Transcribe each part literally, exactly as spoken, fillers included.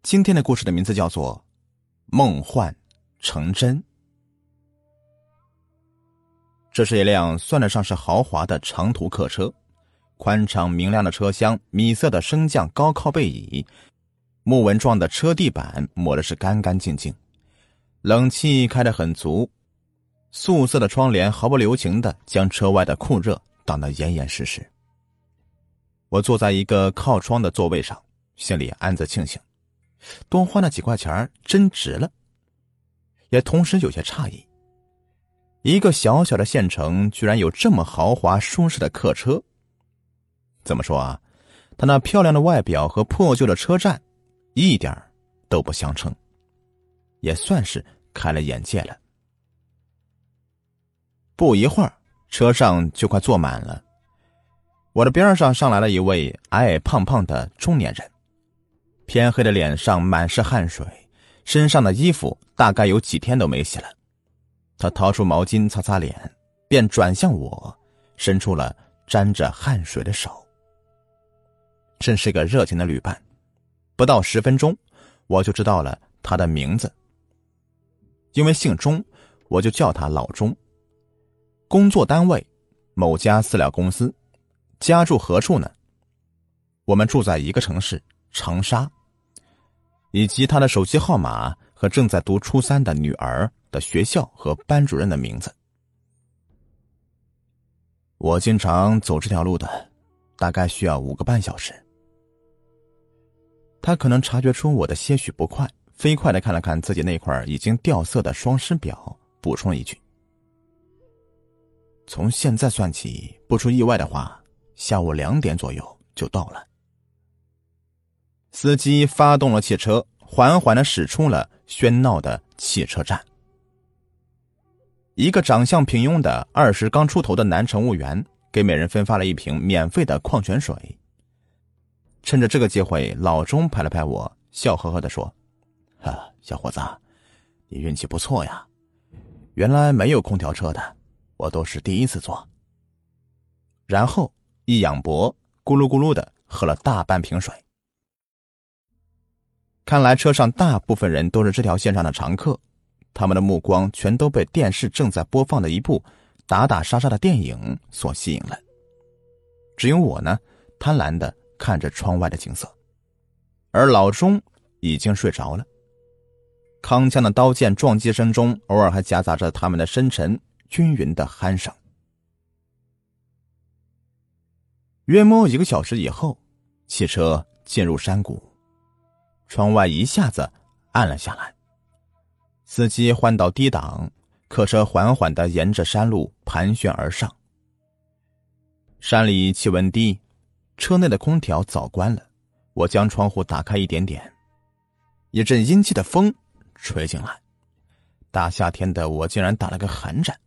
今天的故事的名字叫做《梦幻成真》。这是一辆算得上是豪华的长途客车，宽敞明亮的车厢，米色的升降高靠背椅，木纹状的车地板抹的是干干净净，冷气开得很足，素色的窗帘毫不留情地将车外的酷热挡得严严实实。我坐在一个靠窗的座位上，心里暗自庆幸，多花那几块钱真值了，也同时有些诧异，一个小小的县城居然有这么豪华舒适的客车。怎么说啊，它那漂亮的外表和破旧的车站一点都不相称，也算是开了眼界了。不一会儿，车上就快坐满了，我的边上上来了一位矮矮胖胖的中年人，偏黑的脸上满是汗水，身上的衣服大概有几天都没洗了。他掏出毛巾擦擦脸，便转向我，伸出了沾着汗水的手。真是个热情的旅伴，不到十分钟我就知道了他的名字。因为姓钟，我就叫他老钟。工作单位某家饲料公司，家住何处呢？我们住在一个城市长沙，以及他的手机号码和正在读初三的女儿的学校和班主任的名字。我经常走这条路的，大概需要五个半小时。他可能察觉出我的些许不快，飞快地看了看自己那块已经掉色的双师表，补充了一句：从现在算起，不出意外的话，下午两点左右就到了。司机发动了汽车，缓缓地驶出了喧闹的汽车站。一个长相平庸的二十刚出头的男乘务员给每人分发了一瓶免费的矿泉水。趁着这个机会，老钟拍了拍我，笑呵呵地说：啊，小伙子，你运气不错呀，原来没有空调车的，我都是第一次坐。然后一仰脖，咕噜咕噜地喝了大半瓶水。看来车上大部分人都是这条线上的常客，他们的目光全都被电视正在播放的一部打打杀杀的电影所吸引了。只有我呢，贪婪地看着窗外的景色，而老钟已经睡着了。铿锵的刀剑撞击声中，偶尔还夹杂着他们的深沉均匀的鼾声。约莫一个小时以后，汽车进入山谷，窗外一下子暗了下来。司机换到低档，客车缓缓地沿着山路盘旋而上。山里气温低，车内的空调早关了，我将窗户打开一点点，一阵阴气的风吹进来，大夏天的我竟然打了个寒战。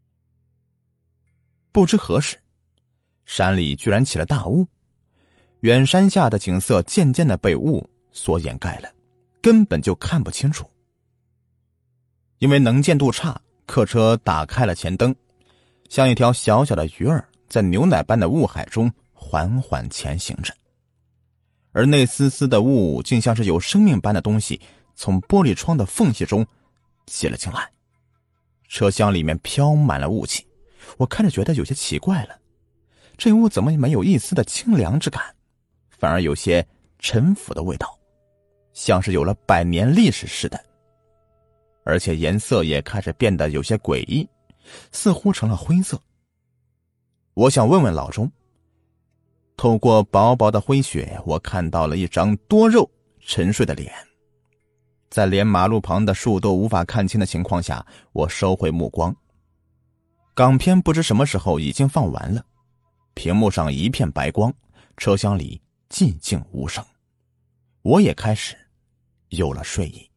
不知何时，山里居然起了大雾，远山下的景色渐渐地被雾所掩盖了，根本就看不清楚。因为能见度差，客车打开了前灯，像一条小小的鱼儿在牛奶般的雾海中缓缓前行着，而那丝丝的雾竟像是有生命般的东西从玻璃窗的缝隙中挤了进来。车厢里面飘满了雾气，我看着觉得有些奇怪了，这雾怎么没有一丝的清凉之感，反而有些陈腐的味道，像是有了百年历史似的，而且颜色也开始变得有些诡异，似乎成了灰色。我想问问老钟，透过薄薄的灰雪，我看到了一张多肉沉睡的脸。在连马路旁的树都无法看清的情况下，我收回目光。港片不知什么时候已经放完了，屏幕上一片白光，车厢里寂静无声，我也开始有了睡意。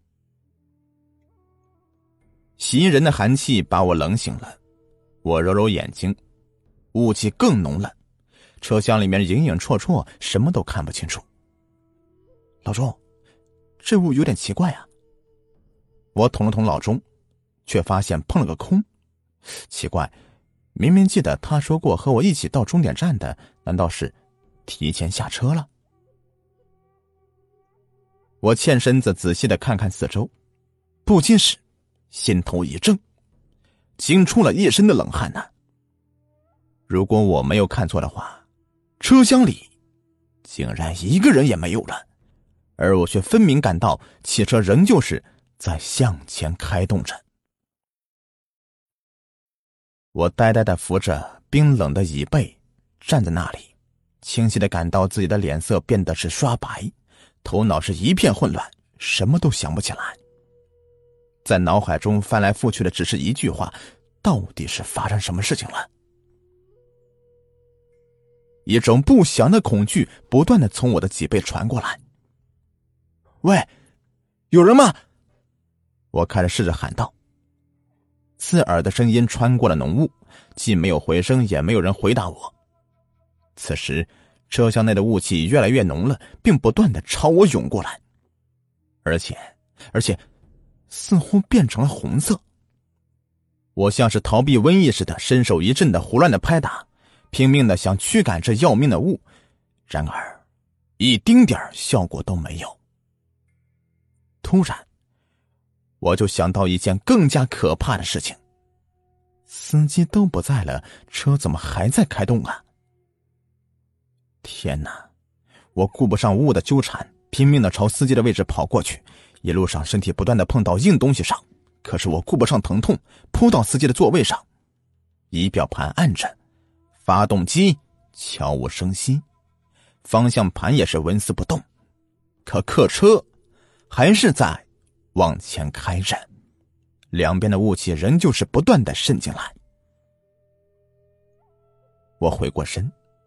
袭人的寒气把我冷醒了，我揉揉眼睛，雾气更浓了，车厢里面影影绰绰，什么都看不清楚。老钟，这雾有点奇怪啊。我捅了捅老钟，却发现碰了个空。奇怪，明明记得他说过和我一起到终点站的，难道是提前下车了？ 我欠身子仔细的看看四周，不禁是心头一怔，惊出了一身的冷汗呐。如果我没有看错的话，车厢里竟然一个人也没有了，而我却分明感到汽车仍旧是在向前开动着。我呆呆地扶着冰冷的椅背站在那里，清晰地感到自己的脸色变得是刷白，头脑是一片混乱，什么都想不起来。在脑海中翻来覆去的只是一句话，到底是发生什么事情了？一种不祥的恐惧不断地从我的脊背传过来。喂，有人吗？我开始试着喊道。刺耳的声音穿过了浓雾，既没有回声，也没有人回答我。此时车厢内的雾气越来越浓了，并不断地朝我涌过来，而且而且似乎变成了红色。我像是逃避瘟疫似的，伸手一阵的胡乱的拍打，拼命的想驱赶这要命的雾，然而一丁点效果都没有。突然我就想到一件更加可怕的事情，司机都不在了，车怎么还在开动啊？天哪！我顾不上雾的纠缠，拼命的朝司机的位置跑过去，一路上身体不断的碰到硬东西上，可是我顾不上疼痛，扑到司机的座位上，仪表盘按着，发动机悄无声息，方向盘也是纹丝不动，可客车还是在往前开着，两边的雾气仍旧是不断的渗进来。我回过身，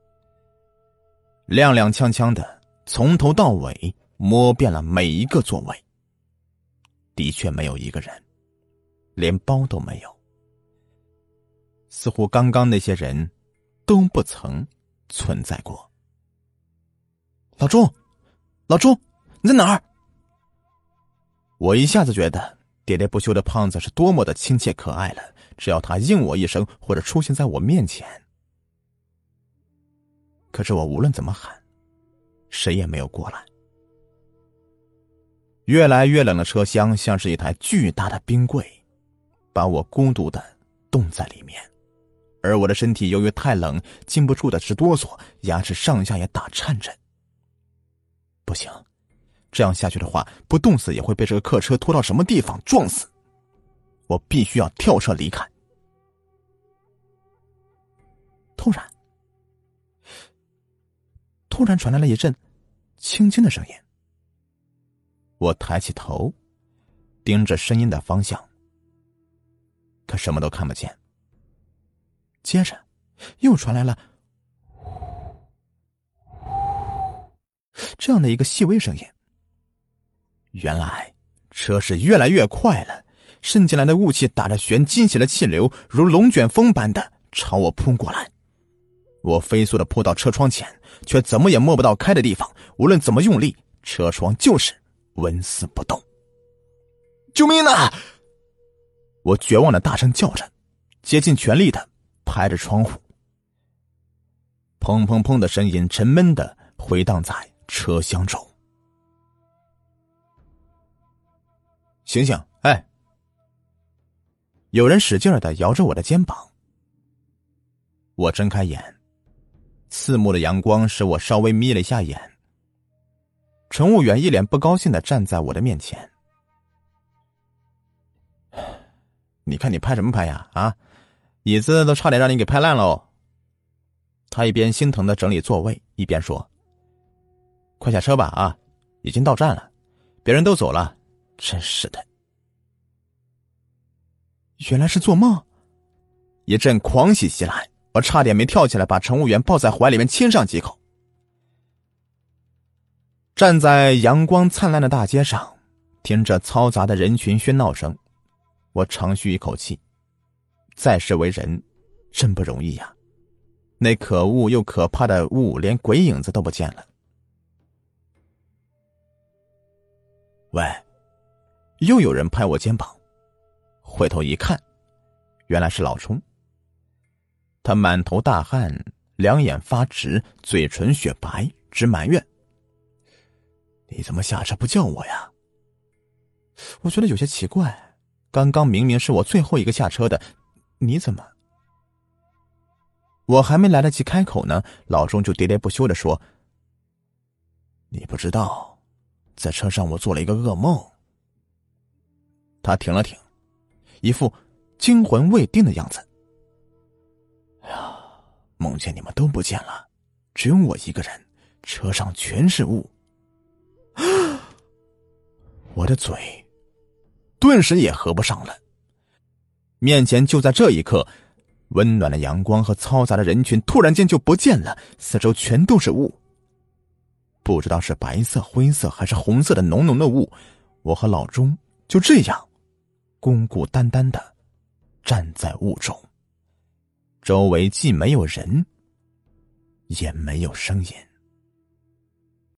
踉踉跄跄的从头到尾摸遍了每一个座位，的确没有一个人，连包都没有，似乎刚刚那些人都不曾存在过。老钟，老钟，你在哪儿？我一下子觉得喋喋不休的胖子是多么的亲切可爱了，只要他应我一声或者出现在我面前。可是我无论怎么喊，谁也没有过来。越来越冷的车厢像是一台巨大的冰柜，把我孤独的冻在里面，而我的身体由于太冷，禁不住的直哆嗦，牙齿上下也打颤着。不行，这样下去的话，不冻死也会被这个客车拖到什么地方撞死。我必须要跳车离开。突然突然传来了一阵轻轻的声音，我抬起头盯着声音的方向，可什么都看不见。接着又传来了这样的一个细微声音。原来车是越来越快了，渗进来的雾气打着旋，惊起了气流，如龙卷风般的朝我扑过来。我飞速的扑到车窗前，却怎么也摸不到开的地方，无论怎么用力，车窗就是纹丝不动。救命啊！我绝望的大声叫着，竭尽全力的拍着窗户。砰砰砰的声音沉闷的回荡在车厢中。醒醒，哎！有人使劲的摇着我的肩膀。我睁开眼，刺目的阳光使我稍微眯了一下眼。乘务员一脸不高兴的站在我的面前。你看你拍什么拍呀？啊，椅子都差点让你给拍烂了哦。他一边心疼的整理座位，一边说：快下车吧啊，已经到站了，别人都走了，真是的。原来是做梦。一阵狂喜袭来，我差点没跳起来把乘务员抱在怀里面亲上几口。站在阳光灿烂的大街上，听着嘈杂的人群喧闹声，我长吁一口气。在世为人真不容易呀、啊，那可恶又可怕的雾连鬼影子都不见了。喂，又有人拍我肩膀，回头一看，原来是老冲。他满头大汗，两眼发直，嘴唇雪白，直埋怨： 你怎么下车不叫我呀？我觉得有些奇怪，刚刚明明是我最后一个下车的，你怎么……我还没来得及开口呢，老钟就喋喋不休地说：你不知道，在车上我做了一个噩梦。他停了停，一副惊魂未定的样子。哎呀，梦见你们都不见了，只有我一个人，车上全是雾。我的嘴顿时也合不上了。面前就在这一刻，温暖的阳光和嘈杂的人群突然间就不见了，四周全都是雾。不知道是白色、灰色还是红色的浓浓的雾，我和老钟就这样孤孤单单的站在雾中，周围既没有人，也没有声音。